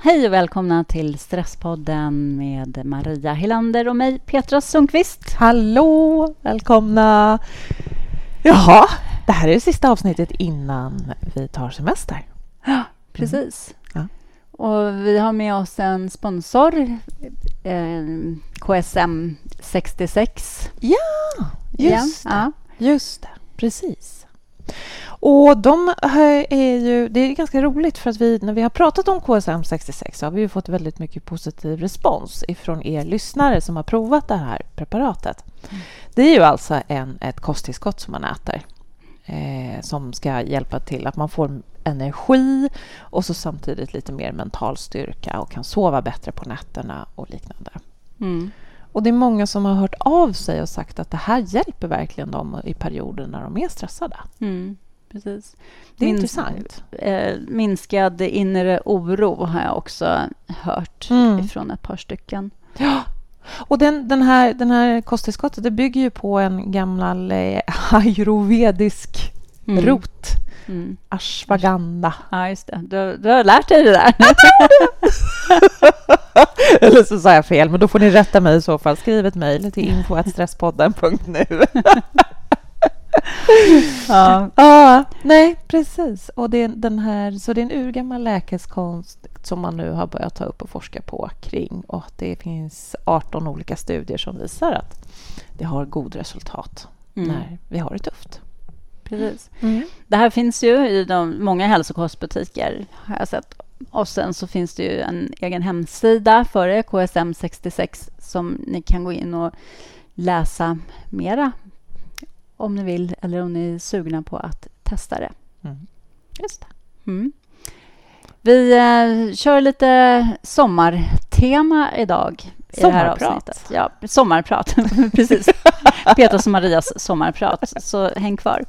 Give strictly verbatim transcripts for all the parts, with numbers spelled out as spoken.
Hej och välkomna till Stresspodden med Maria Hylander och mig, Petra Sundqvist. Hallå, välkomna. Jaha, det här är det sista avsnittet innan vi tar semester. Ja, precis. Mm. Ja. Och vi har med oss en sponsor, eh, K S M sextiosex. Ja, just ja. det. Ja. Just det, precis. Och de är ju, det är ganska roligt för att vi, när vi har pratat om K S M sextiosex så har vi ju fått väldigt mycket positiv respons ifrån er lyssnare som har provat det här preparatet. Mm. Det är ju alltså en, ett kosttillskott som man äter eh, som ska hjälpa till att man får energi och så samtidigt lite mer mental styrka och kan sova bättre på nätterna och liknande. Mm. Och det är många som har hört av sig och sagt att det här hjälper verkligen dem i perioder när de är stressade. Mm, precis. Det är Min, intressant. Eh, minskad inre oro har jag också hört mm. ifrån ett par stycken. Ja, och den, den, här, den här kosttillskottet det bygger ju på en gammal eh, ayurvedisk mm. rot. Mm. Ashwagandha. Ja, just det. Du, du har lärt dig det där. Eller så sa jag fel, men då får ni rätta mig i så fall. Skriv ett mejl till info at stresspodden punkt nu. Ja. Ja, nej, precis. Och det är den här, så det är en urgammal läkeskonst som man nu har börjat ta upp och forska på kring. Och det finns arton olika studier som visar att det har god resultat mm. när vi har det tufft. Precis. Mm. Det här finns ju i de många hälsokostbutiker har jag sett. Och sen så finns det ju en egen hemsida för det, K S M sextiosex, som ni kan gå in och läsa mera om ni vill eller om ni är sugna på att testa det. Mm. Just det. Mm. Vi eh, kör lite sommartema idag. I det här avsnittet. Ja, sommarprat. Precis. Petras och Marias sommarprat. Så häng kvar.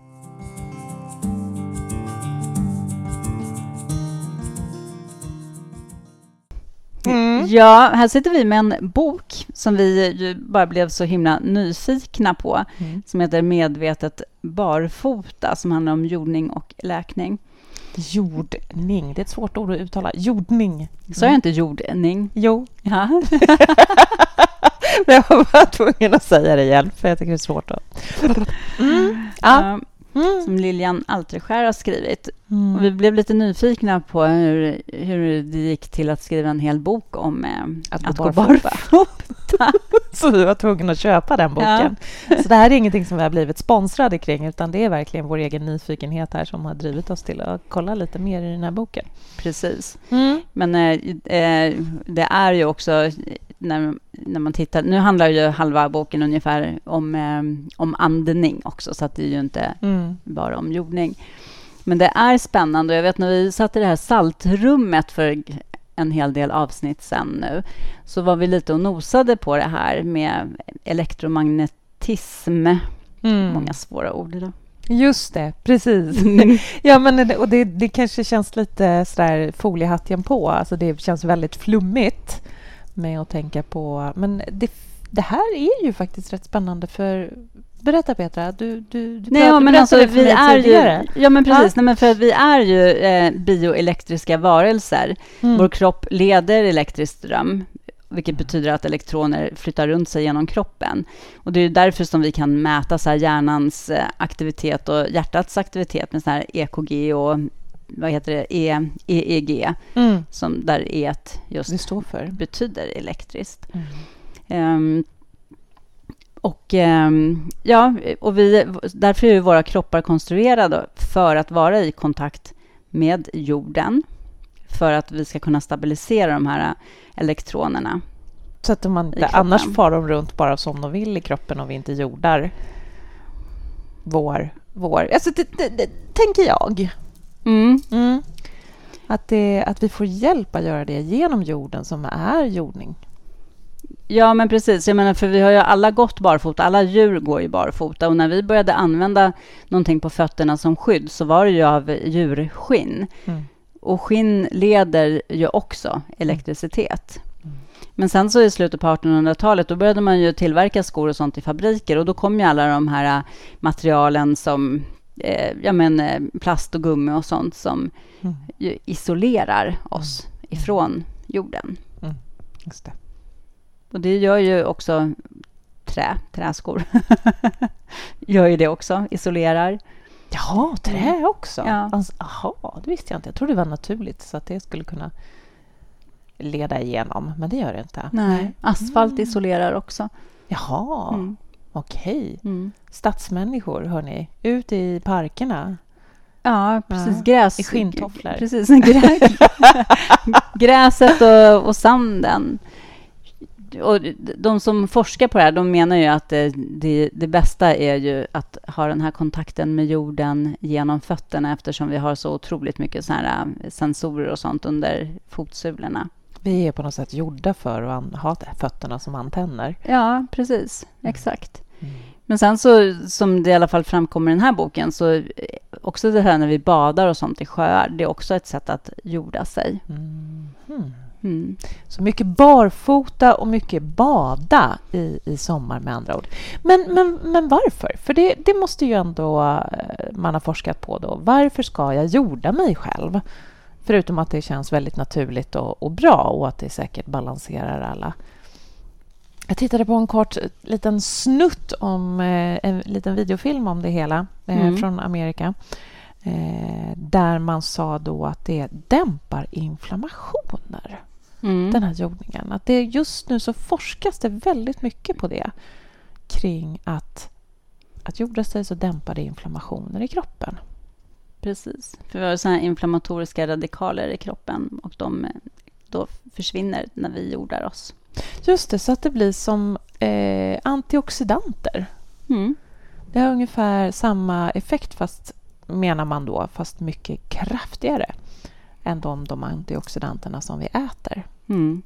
Mm. Ja, här sitter vi med en bok som vi ju bara blev så himla nyfikna på mm. som heter Medvetet barfota, som handlar om jordning och läkning. Jordning, det är ett svårt ord att uttala. Jordning. Mm. Så är inte jordning? Jo. Ja. Men jag var bara tvungen att säga det igen, för jag tycker det är svårt att... Mm. Ja. Mm. Som Lilian Alterskär har skrivit. Mm. Och vi blev lite nyfikna på hur, hur det gick till att skriva en hel bok om eh, att, att gå barfota. barfota. Så vi var tvungna att köpa den boken. Ja. Så det här är ingenting som vi har blivit sponsrade kring, utan det är verkligen vår egen nyfikenhet här som har drivit oss till att kolla lite mer i den här boken. Precis. Mm. Men eh, eh, det är ju också... När, när man tittar, nu handlar ju halva boken ungefär om, eh, om andning också, så att det är ju inte mm. bara om jordning. Men det är spännande, och jag vet när vi satt i det här saltrummet för en hel del avsnitt sen nu, så var vi lite och nosade på det här med elektromagnetism. Mm. Många svåra ord idag. Just det, precis. Mm. Ja, men och det, det kanske känns lite sådär foliehatten på, alltså det känns väldigt flummigt med att tänka på, men det, det här är ju faktiskt rätt spännande, för berätta Petra, du du du Nej, ja, men alltså vi är tidigare. ju ja men precis, ja. Nej, men för att vi är ju eh, bioelektriska varelser. Mm. Vår kropp leder elektrisk ström, vilket betyder att elektroner flyttar runt sig genom kroppen. Och det är därför som vi kan mäta så här hjärnans eh, aktivitet och hjärtats aktivitet med så här E K G och vad heter det? E, EEG, mm. som där E just det står för. Betyder elektriskt. Mm. Um, och um, ja, och vi, därför är våra kroppar konstruerade för att vara i kontakt med jorden, för att vi ska kunna stabilisera de här elektronerna. Så att man, annars far de runt bara som de vill i kroppen om vi inte jordar vår, vår. Alltså det, det, det tänker jag. Mm. Mm. Att, det, att vi får hjälp att göra det genom jorden som är jordning. Ja, men precis. Jag menar, för vi har ju alla gått barfota. Alla djur går ju barfota. Och när vi började använda någonting på fötterna som skydd så var det ju av djurskinn. Mm. Och skinn leder ju också elektricitet. Mm. Men sen så i slutet på artonhundratalet då började man ju tillverka skor och sånt i fabriker. Och då kom ju alla de här materialen som eh, ja, men, plast och gummi och sånt som mm. ju isolerar oss ifrån jorden. Mm. Just det. Och det gör ju också trä, träskor. Gör ju det också, isolerar. Ja, trä också. Ja. Alltså, aha, det visste jag inte. Jag trodde det var naturligt så att det skulle kunna leda igenom, men det gör det inte. Nej, asfalt mm. isolerar också. Jaha, mm. okej. Mm. Stadsmänniskor, hörni, ut i parkerna. Ja, precis. Gräs. I skinntofflor. Precis. Grä, gräset och, och sanden. Och de som forskar på det här, de menar ju att det, det, det bästa är ju att ha den här kontakten med jorden genom fötterna, eftersom vi har så otroligt mycket så här sensorer och sånt under fotsulorna. Vi är på något sätt gjorda för att ha fötterna som antenner. Ja, precis. Exakt. Mm. Men sen så, som det i alla fall framkommer i den här boken, så också det här när vi badar och sånt i sjöar, det är också ett sätt att jorda sig. Mm. Mm. Mm. Så mycket barfota och mycket bada i, i sommar med andra ord. Men, men, men varför? För det, det måste ju ändå man ha forskat på då. Varför ska jag jorda mig själv? Förutom att det känns väldigt naturligt och, och bra och att det säkert balanserar alla. Jag tittade på en kort liten snutt om eh, en liten videofilm om det hela eh, mm. från Amerika. Eh, där man sa då att det dämpar inflammationer. Mm. Den här jordningen. Att det just nu så forskas det väldigt mycket på det. Kring att, att jorda sig så dämpar det inflammationer i kroppen. Precis. För vi har så här inflammatoriska radikaler i kroppen och de då försvinner när vi jordar oss. Just det, så att det blir som eh, antioxidanter. Mm. Det har ungefär samma effekt, fast menar man då, fast mycket kraftigare än de, de antioxidanterna som vi äter. Mm.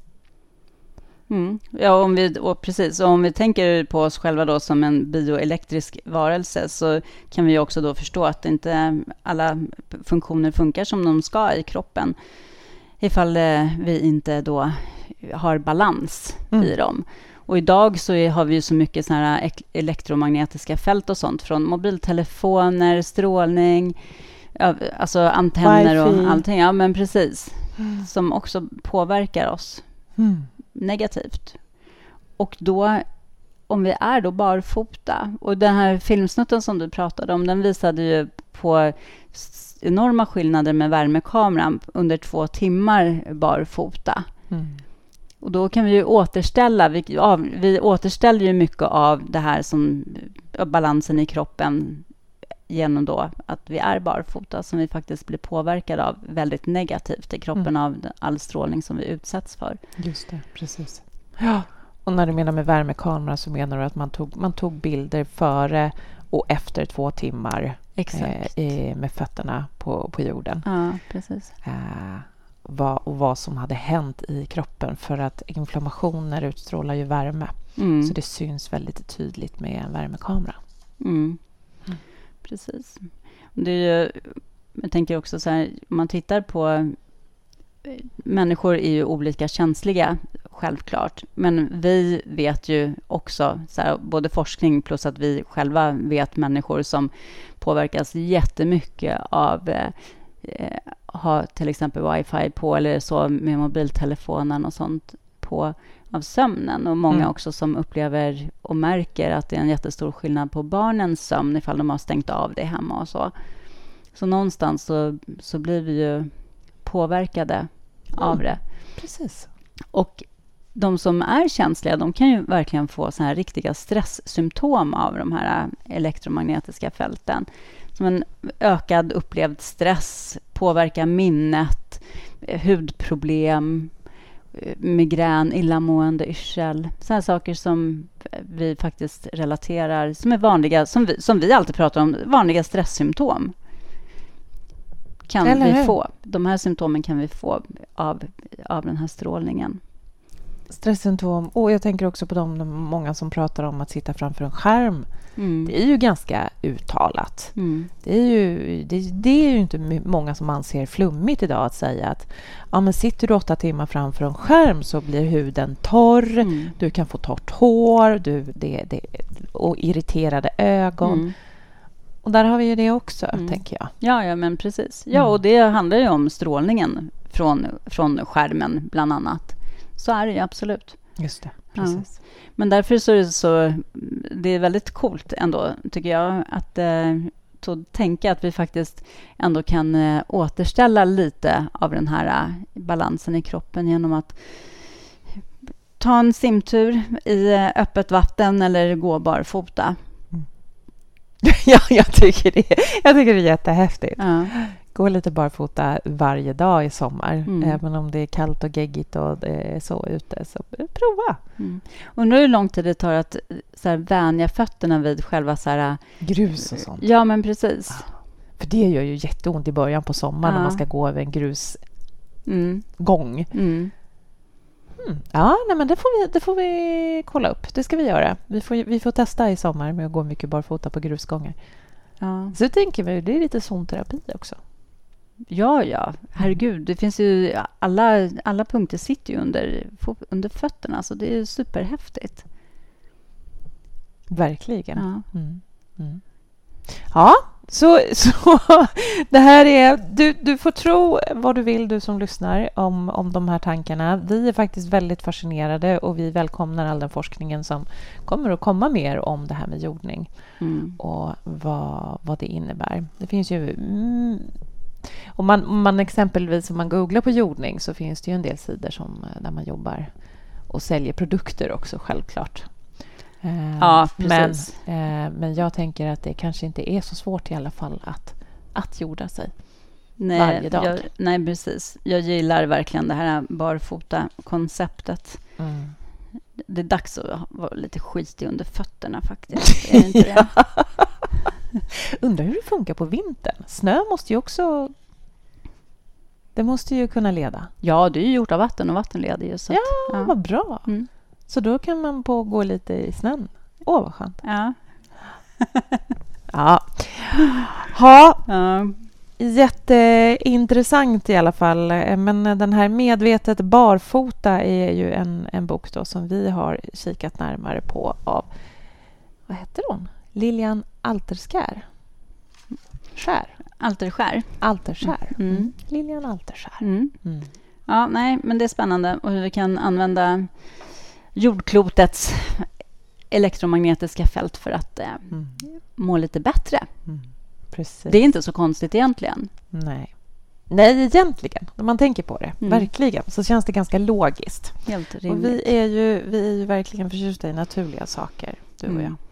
Mm. Ja, om vi, och precis. Och om vi tänker på oss själva då som en bioelektrisk varelse, så kan vi också då förstå att inte alla funktioner funkar som de ska i kroppen ifall vi inte då har balans mm. i dem. Och idag så är, har vi ju så mycket såna här elektromagnetiska fält och sånt från mobiltelefoner, strålning, alltså antenner Wi-Fi. Och allting. Ja, men precis. Mm. Som också påverkar oss mm. negativt. Och då, om vi är då barfota, och den här filmsnutten som du pratade om, den visade ju på enorma skillnader med värmekameran under två timmar barfota. Mm. Och då kan vi ju återställa, vi, ja, vi återställer ju mycket av det här som balansen i kroppen genom då att vi är barfota, som vi faktiskt blir påverkade av väldigt negativt i kroppen mm. av all strålning som vi utsätts för. Just det, precis. Ja. Och när du menar med värmekamera så menar du att man tog, man tog bilder före och efter två timmar eh, med fötterna på, på jorden. Ja, precis. Eh, vad, och vad som hade hänt i kroppen, för att inflammationer utstrålar ju värme. Mm. Så det syns väldigt tydligt med en värmekamera. Mm. Mm. Precis. Det är ju, jag tänker också så här, om man tittar på människor är ju olika känsliga, självklart. Men vi vet ju också, så här, både forskning plus att vi själva vet människor som påverkas jättemycket av eh, ha till exempel wifi på eller så med mobiltelefonen och sånt på av sömnen. Och många mm. också som upplever och märker att det är en jättestor skillnad på barnens sömn ifall de har stängt av det hemma och så. Så någonstans så, så blir vi ju påverkade mm. av det. Precis. Och de som är känsliga, de kan ju verkligen få så här riktiga stresssymptom av de här elektromagnetiska fälten. Som en ökad upplevd stress, påverkar minnet, hudproblem, migrän, illamående, yrsel. Så här saker som vi faktiskt relaterar, som är vanliga, som vi, som vi alltid pratar om, vanliga stresssymptom. Kan Eller vi få. De här symptomen kan vi få av, av den här strålningen. Stresssymptom. Och jag tänker också på de, de många som pratar om att sitta framför en skärm. Mm. Det är ju ganska uttalat. Mm. Det, är ju, det, det är ju inte många som anser flummigt idag att säga att ja, men sitter du åtta timmar framför en skärm så blir huden torr. Mm. Du kan få torrt hår du, det, det, och irriterade ögon. Mm. Och där har vi ju det också, Mm. tänker jag. Ja, ja, men precis. Ja, Mm. och det handlar ju om strålningen från, från skärmen bland annat. Så är det ju absolut. Just det, precis. Ja. Men därför så är det så, det är väldigt coolt ändå, tycker jag, att eh, to- tänka att vi faktiskt ändå kan eh, återställa lite av den här eh, balansen i kroppen genom att ta en simtur i eh, öppet vatten eller gå barfota. Ja, jag tycker det, jag tycker det är jättehäftigt. Ja. Gå lite barfota varje dag i sommar. Mm. Även om det är kallt och geggigt och det är så ute. Så prova. Mm. Undrar hur lång tid det tar att så här, vänja fötterna vid själva så här... Grus och sånt. Ja, men precis. Ja. För det gör ju jätteont i början på sommaren Ja. när man ska gå över en grusgång. Mm. Mm. Mm. Ja, nej, men det får, vi, det får vi kolla upp. Det ska vi göra. Vi får, vi får testa i sommar med att gå mycket barfota på grusgångar. Ja. Så tänker vi, det är lite zonterapi också. Ja, ja. Herregud, det finns ju... Alla, alla punkter sitter ju under, under fötterna, så det är superhäftigt. Verkligen. Ja. Mm. Mm. Ja, så, så det här är... Du, du får tro vad du vill, du som lyssnar, om, om de här tankarna. Vi är faktiskt väldigt fascinerade och vi välkomnar all den forskningen som kommer att komma mer om det här med jordning Mm. och vad, vad det innebär. Det finns ju... Mm, om man, om man exempelvis om man googlar på jordning så finns det ju en del sidor som, där man jobbar och säljer produkter också, självklart. Eh, Ja, men, precis. eh, men jag tänker att det kanske inte är så svårt i alla fall att, att jorda sig Nej, varje dag. Jag, nej, precis. Jag gillar verkligen det här barfota-konceptet. Mm. Det är dags att vara lite skitig under fötterna faktiskt. Är det inte det? Undrar hur det funkar på vintern. Snö måste ju också... Det måste ju kunna leda. Ja, det är ju gjort av vatten och vatten leder ju. Så Ja, att, ja. vad bra. Mm. Så då kan man på gå lite i snön. Åh, vad skönt. Ja. Ja. Ha, Ja. jätteintressant i alla fall. Men den här Medvetet barfota är ju en, en bok då som vi har kikat närmare på av, vad heter hon? Lilian Alterskär. Skär. Alterskär. Alterskär. Mm. Mm. Lilian Alterskär. Mm. Mm. Ja, nej, men det är spännande och hur vi kan använda jordklotets elektromagnetiska fält för att eh, Mm. må lite bättre. Mm. Precis. Det är inte så konstigt egentligen. Nej. Nej, egentligen. När man tänker på det, Mm. verkligen, så känns det ganska logiskt. Helt Och rimligt. vi är ju, vi är ju verkligen förtjusta i naturliga saker, du och Mm. jag.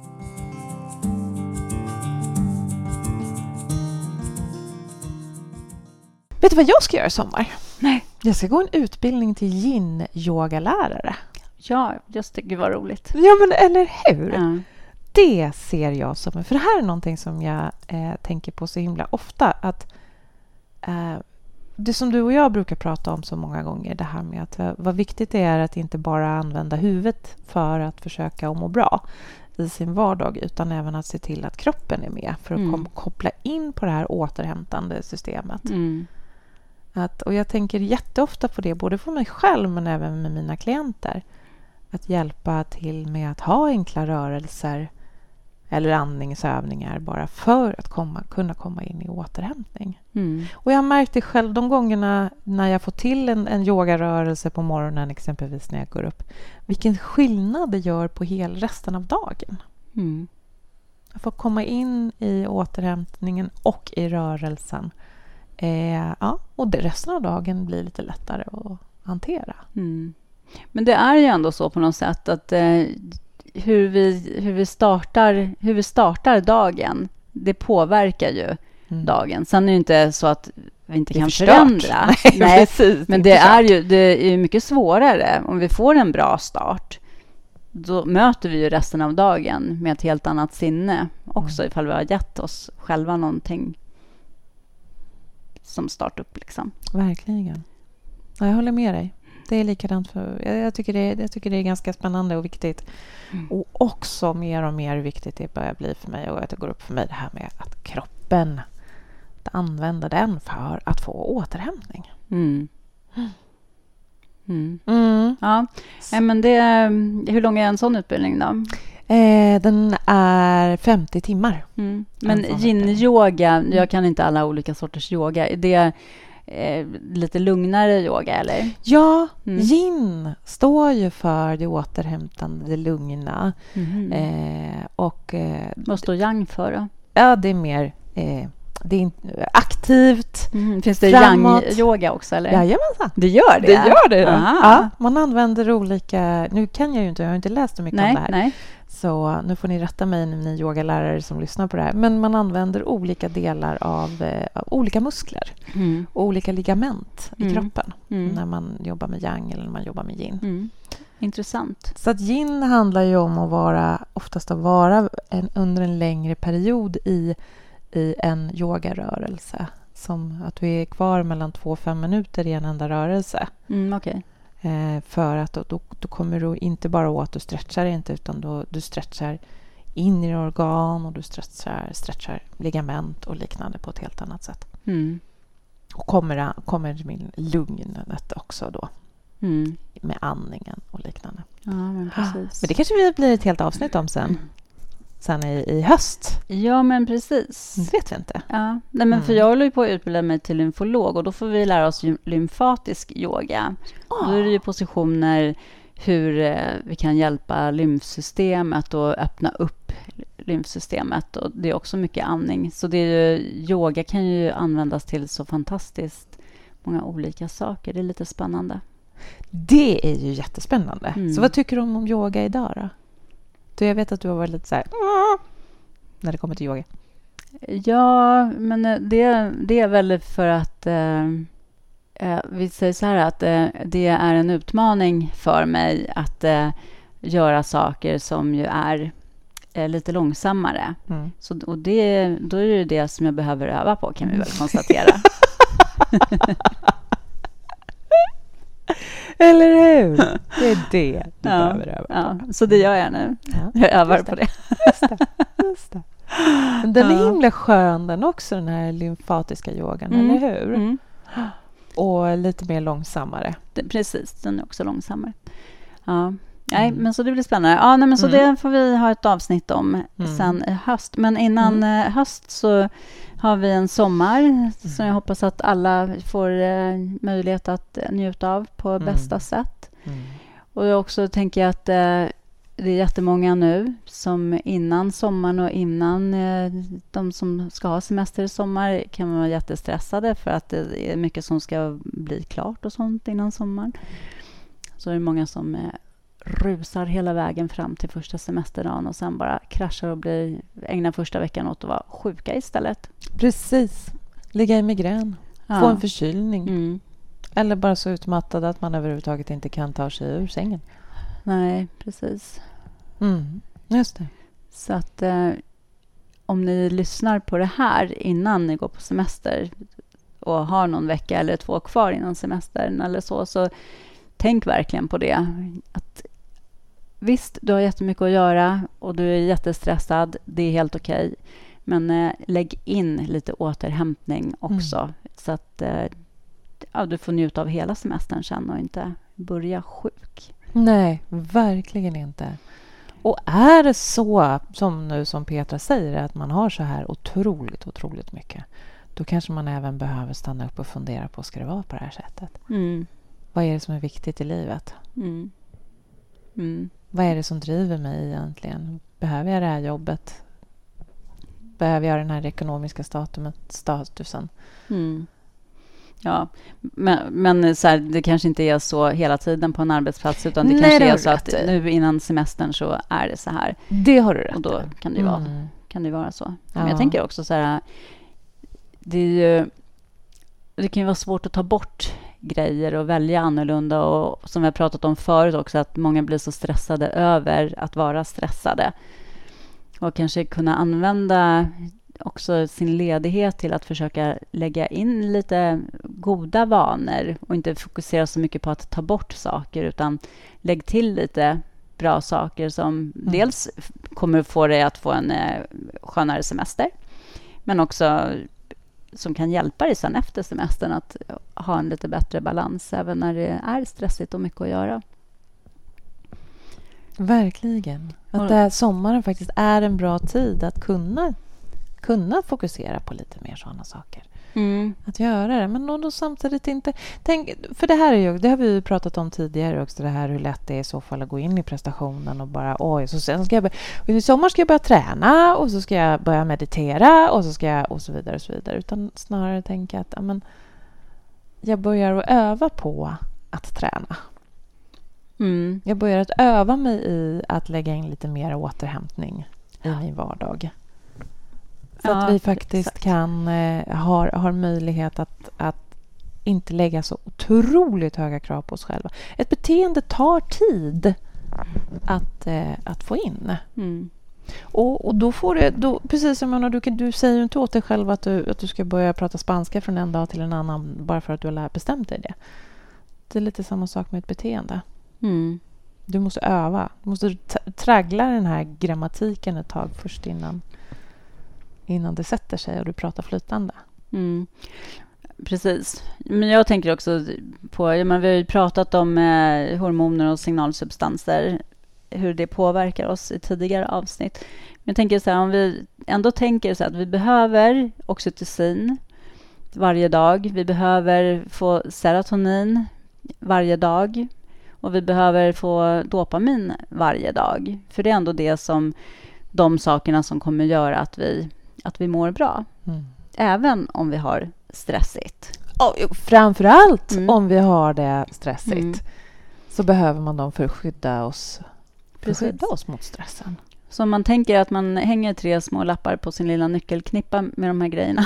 Vet du vad jag ska göra i sommar? Nej. Jag ska gå en utbildning till yin-yogalärare. Ja, just det. Gud vad roligt. Ja, men eller hur? Ja. Det ser jag som... För det här är någonting som jag eh, tänker på så himla ofta. Att eh, det som du och jag brukar prata om så många gånger. Det här med att vad, vad viktigt det är att inte bara använda huvudet för att försöka att må bra i sin vardag. Utan även att se till att kroppen är med. För att Mm. kom, koppla in på det här återhämtande systemet. Mm. Att, och jag tänker jätteofta på det. Både för mig själv men även med mina klienter. Att hjälpa till med att ha enkla rörelser eller andningsövningar bara för att komma, kunna komma in i återhämtning. Mm. Och jag har märkt det själv de gångerna när jag får till en, en yogarörelse på morgonen, exempelvis när jag går upp. Vilken skillnad det gör på hela resten av dagen. Mm. Att få komma in i återhämtningen och i rörelsen. Eh, ja, och det, resten av dagen blir lite lättare att hantera. Mm. Men det är ju ändå så på något sätt att eh, hur, vi, hur, vi startar, hur vi startar dagen, det påverkar ju Mm. dagen. Sen är det ju inte så att vi inte Det är kan förstört. förändra. Nej, Nej, precis. men Det det är är ju det är mycket svårare. Om vi får en bra start, då möter vi ju resten av dagen med ett helt annat sinne också, Mm. ifall vi har gett oss själva någonting som startup liksom. Verkligen. Ja, jag håller med dig. Det är likadant för... Jag, jag, tycker, det, jag tycker det är ganska spännande och viktigt. Mm. Och också mer och mer viktigt det börjar bli för mig och att det går upp för mig det här med att kroppen, att använda den för att få återhämtning. Mm. Mm. Mm. Ja, Nej, men det, hur lång är en sån utbildning då? Eh, den är femtio timmar. Mm. Men yin-yoga, jag kan inte alla olika sorters yoga. Är det eh, lite lugnare yoga, eller? Ja, mm. yin står ju för det återhämtande, det lugna. Mm. Eh, och, eh, Vad står yang för då? Ja, det är mer... Eh, det är aktivt. Mm. Finns det framåt. yang-yoga också? Eller? Jajamensan. Det gör det? Det gör det. Ja. Ja, man använder olika... Nu kan jag ju inte, jag har inte läst så mycket nej, om det här. Nej. Så nu får ni rätta mig, ni yogalärare som lyssnar på det här. Men man använder olika delar av, eh, av olika muskler Mm. och olika ligament i Mm. kroppen Mm. när man jobbar med yang eller när man jobbar med yin. Mm. Intressant. Så att yin handlar ju om att vara, oftast att vara en, under en längre period i, i en yogarörelse. Som att vi är kvar mellan två och fem minuter i en enda rörelse. Mm, okej. Eh, för att då, då, då kommer du inte bara åt, du stretchar inte, utan då, du stretchar inre organ och du stretchar, stretchar ligament och liknande på ett helt annat sätt. Mm. Och kommer, kommer med lugnet också då. Mm. Med andningen och liknande. Ja, men precis. Men det kanske vi blir ett helt avsnitt om sen. Sen i, i höst. Ja, men precis. Det vet vi inte. Ja. Nej, men Mm. för jag håller ju på att utbilda mig till lymfolog och då får vi lära oss lymfatisk yoga. Oh. Då är det ju positioner hur eh, vi kan hjälpa lymfsystemet och öppna upp lymfsystemet. Och det är också mycket andning. Så det är ju, yoga kan ju användas till så fantastiskt många olika saker. Det är lite spännande. Det är ju jättespännande. Mm. Så vad tycker du om, om yoga idag då? Du, jag vet att du har varit lite så här när det kommer till yoga. Ja, men det, det är väl för att eh, eh, vi säger så här att eh, det är en utmaning för mig att eh, göra saker som ju är eh, lite långsammare. Mm. Så, och det, då är det det som jag behöver öva på, kan vi väl konstatera. Eller hur? Det är det du Ja, behöver öva på. ja, så det gör jag nu. Ja, Jag övar just på det. Just det, just det. Men den är Ja. himla skön den också, den här lymfatiska yogan, Mm. eller hur? Mm. Och lite mer långsammare. Det, precis, den är också långsammare. Ja. Nej, Mm. men så det blir spännande. Ja, nej, men så Mm. det får vi ha ett avsnitt om Mm. sen i höst. Men innan Mm. eh, höst så har vi en sommar som jag hoppas att alla får eh, möjlighet att eh, njuta av på Mm. bästa sätt. Mm. Och jag också tänker att eh, det är jättemånga nu som innan sommaren och innan eh, de som ska ha semester i sommar kan vara jättestressade för att det är mycket som ska bli klart och sånt innan sommaren. Så är det många som eh, rusar hela vägen fram till första semesterdagen och sen bara kraschar och blir, ägnar första veckan åt att vara sjuka istället. Precis. Ligga i migrän. Ja. Få en förkylning. Mm. Eller bara så utmattad att man överhuvudtaget inte kan ta sig ur sängen. Nej, precis. Mm. Just det. Så att eh, om ni lyssnar på det här innan ni går på semester och har någon vecka eller två kvar innan semestern eller så, så tänk verkligen på det. Att visst, du har jättemycket att göra och du är jättestressad. Det är helt okej. Men eh, lägg in lite återhämtning också. Mm. Så att eh, ja, du får njuta av hela semestern sen och inte börja sjuk. Nej, verkligen inte. Och är det så, som nu som Petra säger, att man har så här otroligt, otroligt mycket, då kanske man även behöver stanna upp och fundera på, ska det vara på det här sättet? Mm. Vad är det som är viktigt i livet? Mm. Mm. Vad är det som driver mig egentligen? Behöver jag det här jobbet? Behöver jag den här ekonomiska statumet, statusen? Mm. Ja, men, men så här, det kanske inte är så hela tiden på en arbetsplats, utan det Nej, kanske det är har så du att rätt i. nu innan semestern så är det så här. Det har du rätt Och då i. kan det ju vara, Mm. kan det vara så. Men Ja. jag tänker också så här, det är ju, det kan ju vara svårt att ta bort grejer och välja annorlunda, och som vi har pratat om förut också, att många blir så stressade över att vara stressade. Och kanske kunna använda också sin ledighet till att försöka lägga in lite goda vanor och inte fokusera så mycket på att ta bort saker, utan lägg till lite bra saker som mm. dels kommer att få dig att få en eh, skönare semester, men också som kan hjälpa dig sen efter semestern att ha en lite bättre balans även när det är stressigt och mycket att göra. Verkligen. Att det här sommaren faktiskt är en bra tid att kunna, kunna fokusera på lite mer sådana saker. Mm. Att göra det. Men då samtidigt inte... Tänk, för det här är ju, det har vi ju pratat om tidigare också. Det här hur lätt det är i så fall att gå in i prestationen och bara oj, så sen ska jag börja, i sommar ska jag börja träna och så ska jag börja meditera och så ska jag och så vidare och så vidare. Utan snarare tänka att amen, jag börjar att öva på att träna. Mm. Jag börjar att öva mig i att lägga in lite mer återhämtning i min vardag. Så ja, att vi faktiskt exakt. kan eh, har, har möjlighet att, att inte lägga så otroligt höga krav på oss själva. Ett beteende tar tid att, eh, att få in. Mm. Och, och då får det, då, precis som när du, du säger ju inte åt dig själv att du, att du ska börja prata spanska från en dag till en annan bara för att du har bestämt dig det. Det är lite samma sak med ett beteende. Mm. Du måste öva. Du måste t- traggla den här grammatiken ett tag först innan innan det sätter sig och du pratar flytande. Mm. Precis. Men jag tänker också på, ja, men vi har ju pratat om eh, hormoner och signalsubstanser, hur det påverkar oss i tidigare avsnitt. Men jag tänker så här, om vi ändå tänker så här, att vi behöver oxytocin varje dag. Vi behöver få serotonin varje dag. Och vi behöver få dopamin varje dag. För det är ändå det som, de sakerna som kommer göra att vi, att vi mår bra. Mm. Även om vi har stressigt. Och framförallt mm. om vi har det stressigt. Mm. Så behöver man dem för att skydda oss, för att skydda oss mot stressen. Så om man tänker att man hänger tre små lappar på sin lilla nyckelknippa med de här grejerna.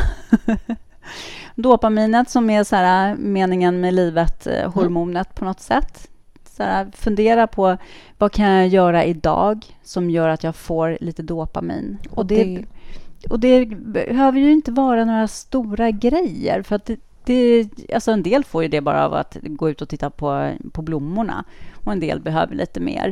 Dopaminet som är så här, meningen med livet, eh, hormonet på något sätt. Så här, fundera på vad kan jag göra idag som gör att jag får lite dopamin. Och, och, det, det... och det behöver ju inte vara några stora grejer. För att det, det, alltså en del får ju det bara av att gå ut och titta på, på blommorna. Och en del behöver lite mer.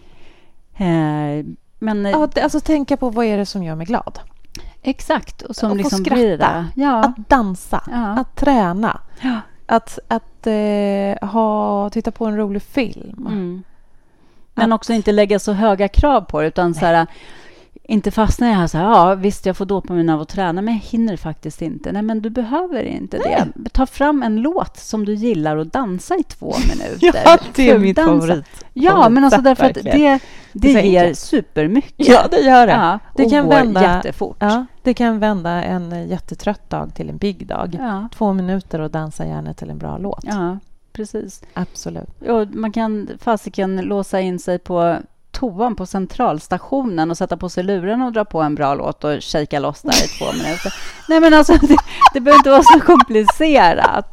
Eh, men, ja, det, alltså tänka på vad är det som gör mig glad. Exakt. Och som att liksom få skratta, ja. att dansa, ja. att träna. Ja. Att, att eh, ha, titta på en rolig film. Mm. Men att, också inte lägga så höga krav på det. Utan så här, inte fastna i det här. Så här ja, visst, jag får dopamin av att träna. Men jag hinner faktiskt inte. Nej, men du behöver inte Nej. det. Ta fram en låt som du gillar och dansa i två minuter. Ja, det är mitt favorit. Ja, men alltså därför att det, det, det ger supermycket. Ja, det gör det. Ja, det och kan vända jättefort. Ja, det kan vända en jättetrött dag till en big dag. Ja. Två minuter och dansa gärna till en bra låt. Ja, precis. Absolut. Och man kan fasiken låsa in sig på toan på centralstationen och sätta på sig luren och dra på en bra låt och shaka loss där i två minuter. Nej, men alltså det, det behöver inte vara så komplicerat.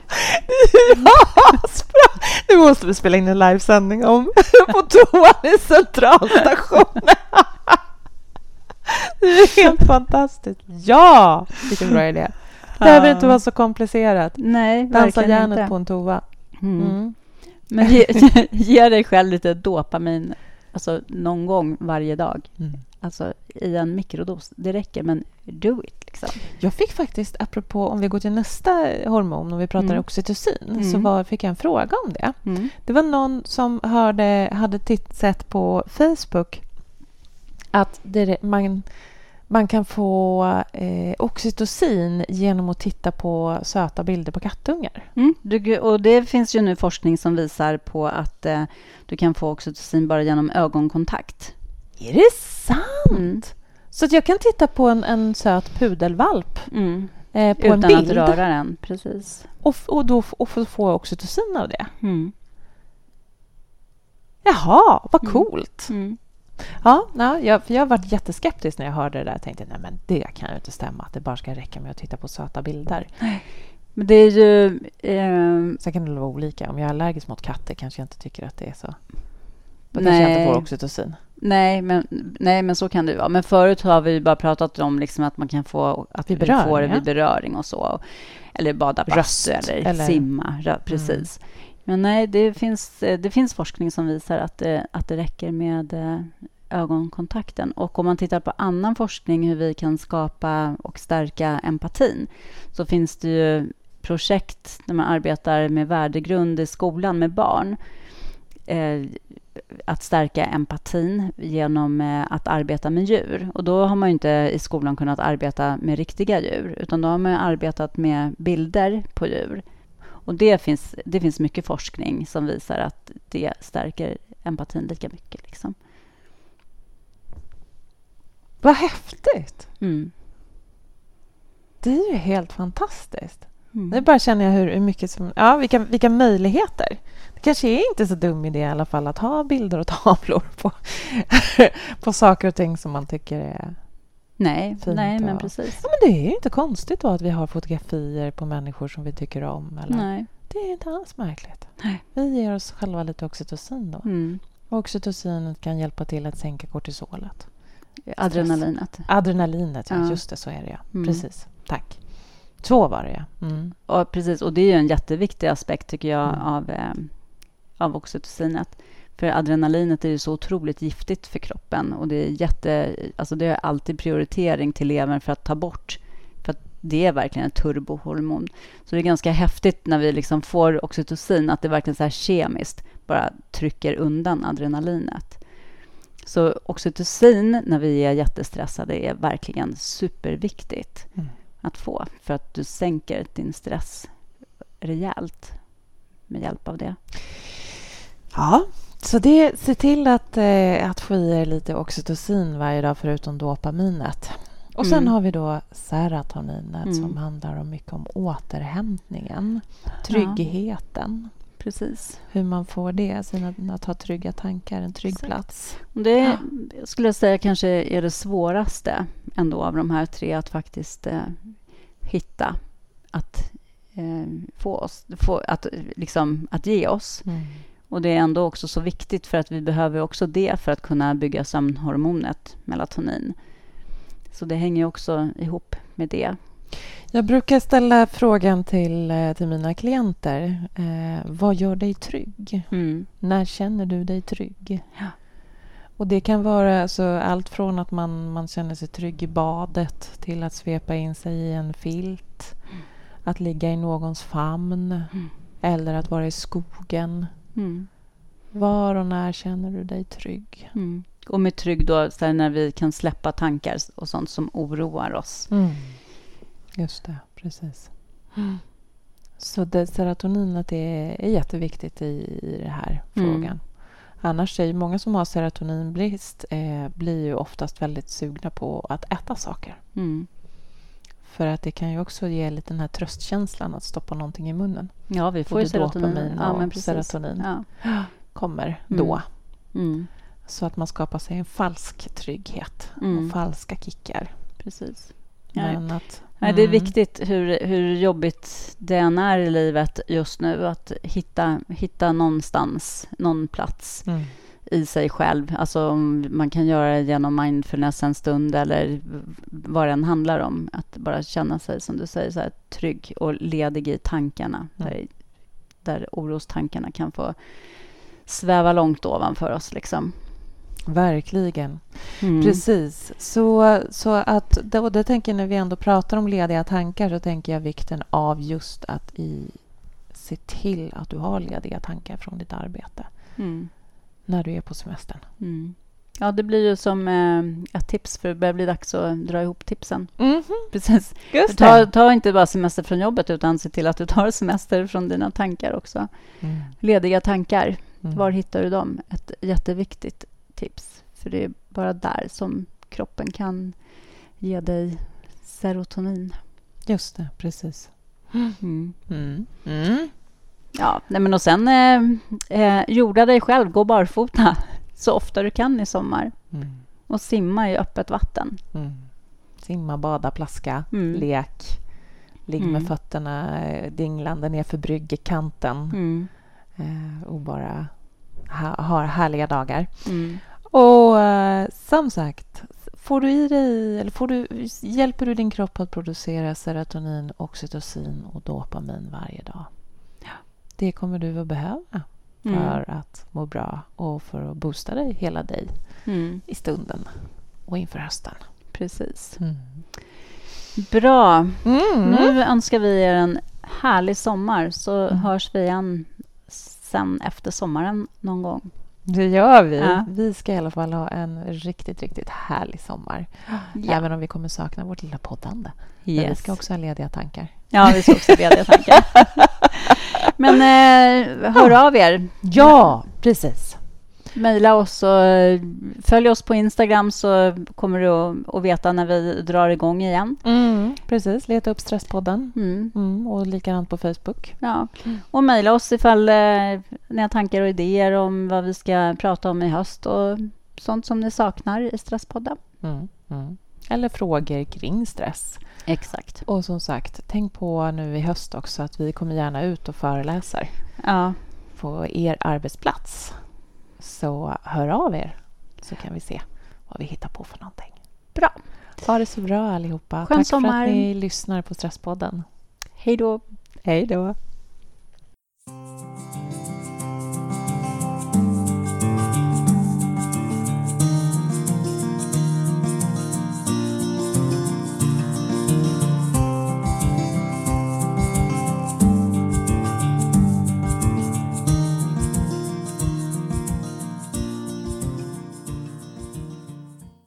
Nu måste vi spela in en livesändning om på toan i centralstationen. Det är helt fantastiskt. Ja, vilken bra idé. Det behöver inte vara så komplicerat. Nej, dansa hjärnet på en toa. Mm. Mm. Men ge, ge dig själv lite dopamin, alltså någon gång varje dag. Mm. Alltså i en mikrodos. Det räcker, men do it liksom. Jag fick faktiskt, apropå om vi går till nästa hormon och vi pratar mm. oxytocin, mm. så var, fick jag en fråga om det. Mm. Det var någon som hörde, hade titt, sett på Facebook att det, man, man kan få eh, oxytocin genom att titta på söta bilder på kattungar. Mm. Du, och det finns ju nu forskning som visar på att eh, du kan få oxytocin bara genom ögonkontakt. Är det sant? Mm. Så att jag kan titta på en, en söt pudelvalp mm. eh, på utan en bild. Utan att röra den, precis. Och, och då och få, få oxytocin av det. Mm. Jaha, vad coolt. Mm. Mm. Ja, ja jag, jag har varit jätteskeptisk när jag hörde det där. Jag tänkte, nej men det kan ju inte stämma. Att det bara ska räcka med att titta på söta bilder. Men det är ju... Eh... Sen kan det vara olika. Om jag är allergisk mot katter kanske jag inte tycker att det är så. Då kanske jag inte får oxytocin. Nej men, nej, men så kan det vara. Men förut har vi bara pratat om liksom att man kan få att vi får det vid beröring och så. Eller bada bastu eller, eller simma. Rö, precis. Mm. Men nej, det finns, det finns forskning som visar att det, att det räcker med ögonkontakten. Och om man tittar på annan forskning hur vi kan skapa och stärka empatin, så finns det ju projekt där man arbetar med värdegrund i skolan med barn. Eh, att stärka empatin genom eh, att arbeta med djur. Och då har man ju inte i skolan kunnat arbeta med riktiga djur, utan då har man arbetat med bilder på djur. Och det finns, det finns mycket forskning som visar att det stärker empatin lika mycket. Liksom. Vad häftigt! Mm. Det är ju helt fantastiskt. Mm. Nu bara känner jag hur, hur mycket som... Ja, vilka, vilka möjligheter. Det kanske är inte så dum idé i alla fall att ha bilder och tavlor på, på saker och ting som man tycker är Nej, fint. nej men och... precis. Ja, men det är ju inte konstigt då att vi har fotografier på människor som vi tycker om. Eller? Nej. Det är inte alls märkligt. Nej. Vi ger oss själva lite oxytocin då. Mm. Och oxytocin kan hjälpa till att sänka kortisolet. Adrenalinet. Adrenalinet, ja. Ja. Just det, så är det ja. Mm. Precis, tack. Så var det ja. Mm. Och, precis, och det är ju en jätteviktig aspekt tycker jag Mm. av, eh, av oxytocinet. För adrenalinet är ju så otroligt giftigt för kroppen. Och det är jätte, alltså det är alltid prioritering till levern för att ta bort. För att det är verkligen ett turbohormon. Så det är ganska häftigt när vi liksom får oxytocin, att det verkligen så här kemiskt bara trycker undan adrenalinet. Så oxytocin när vi är jättestressade är verkligen superviktigt Mm. att få. För att du sänker din stress rejält med hjälp av det. Ja, så det, se till att, eh, att få i er lite oxytocin varje dag förutom dopaminet. Och sen Mm. har vi då serotoninet Mm. som handlar om mycket om återhämtningen, tryggheten. Precis. Hur man får det, sina, att ha trygga tankar, en trygg Exakt. plats. Och det skulle jag säga kanske är det svåraste ändå av de här tre att faktiskt eh, hitta. Att eh, få oss, få, att, liksom, att ge oss. Mm. Och det är ändå också så viktigt för att vi behöver också det för att kunna bygga sömnhormonet melatonin. Så det hänger också ihop med det. Jag brukar ställa frågan till, eh, till mina klienter. Eh, vad gör dig trygg? Mm. När känner du dig trygg? Ja. Och det kan vara alltså allt från att man, man känner sig trygg i badet till att svepa in sig i en filt. Mm. Att ligga i någons famn. Mm. Eller att vara i skogen. Mm. Var och när känner du dig trygg? Mm. Och med trygg då så här när vi kan släppa tankar och sånt som oroar oss. Mm. Just det, precis. Mm. Så det, serotoninet är, är jätteviktigt i, i den här Mm. frågan. Annars är ju många som har serotoninbrist eh, blir ju oftast väldigt sugna på att äta saker. Mm. För att det kan ju också ge lite den här tröstkänslan att stoppa någonting i munnen. Ja, vi får Både ju serotonin. dopamin Ja, och men precis. serotonin. Ja. Kommer Mm. då. Mm. Så att man skapar sig en falsk trygghet Mm. och falska kickar. Precis. Men att, Nej, det är mm. viktigt hur, hur jobbigt det än är i livet just nu att hitta, hitta någonstans, någon plats Mm. i sig själv. Alltså om man kan göra det genom mindfulness en stund eller vad det än handlar om. Att bara känna sig, som du säger, så här, trygg och ledig i tankarna. Mm. Där, där orostankarna kan få sväva långt ovanför oss. Liksom. Verkligen. Mm. Precis. Så, så att, och det tänker jag när vi ändå pratar om lediga tankar så tänker jag vikten av just att i, se till att du har lediga tankar från ditt arbete Mm. när du är på semestern. Mm. Ja, det blir ju som eh, ett tips för det börjar bli dags att dra ihop tipsen. Mm-hmm. Precis. Just Ta, det. ta inte bara semester från jobbet utan se till att du tar semester från dina tankar också. Mm. Lediga tankar, Mm. var hittar du dem? Ett jätteviktigt tips. För det är bara där som kroppen kan ge dig serotonin. Just det, precis. Mm. Mm. Mm. Ja, nej men och sen eh, eh, jorda dig själv, gå barfota så ofta du kan i sommar. Mm. Och simma i öppet vatten. Mm. Simma, bada, plaska, Mm. lek. Ligg Mm. med fötterna eh, dinglande ner för bryggekanten. Mm. Eh, och bara ha, ha härliga dagar. Mm. Och eh, som sagt, får du i dig, eller får du, hjälper du din kropp att producera serotonin, oxytocin och dopamin varje dag. Ja. Det kommer du att behöva Mm. för att må bra och för att boosta dig hela dig Mm. i stunden och inför hösten. Precis. Mm. Bra. Mm. Nu önskar vi er en härlig sommar så Mm. hörs vi igen sen efter sommaren någon gång. Det gör vi. Ja. Vi ska i alla fall ha en riktigt, riktigt härlig sommar. Ja. Även om vi kommer sakna vårt lilla poddande. Yes. Men vi ska också ha lediga tankar. Ja, vi ska också ha lediga tankar. Men eh, hör av er. Ja, precis. Mejla oss och följ oss på Instagram så kommer du att, att veta när vi drar igång igen. Mm, precis, leta upp Stresspodden. Mm. Mm, och likadant på Facebook. Ja. Och mejla oss ifall eh, ni har tankar och idéer om vad vi ska prata om i höst och sånt som ni saknar i Stresspodden. Mm, mm. Eller frågor kring stress. Exakt. Och som sagt, tänk på nu i höst också att vi kommer gärna ut och föreläser Ja. på er arbetsplats. Så hör av er så kan vi se vad vi hittar på för någonting. Bra. Ha det så bra allihopa. Skön Tack sommar. för att ni lyssnar på Stresspodden. Hej då. Hej då.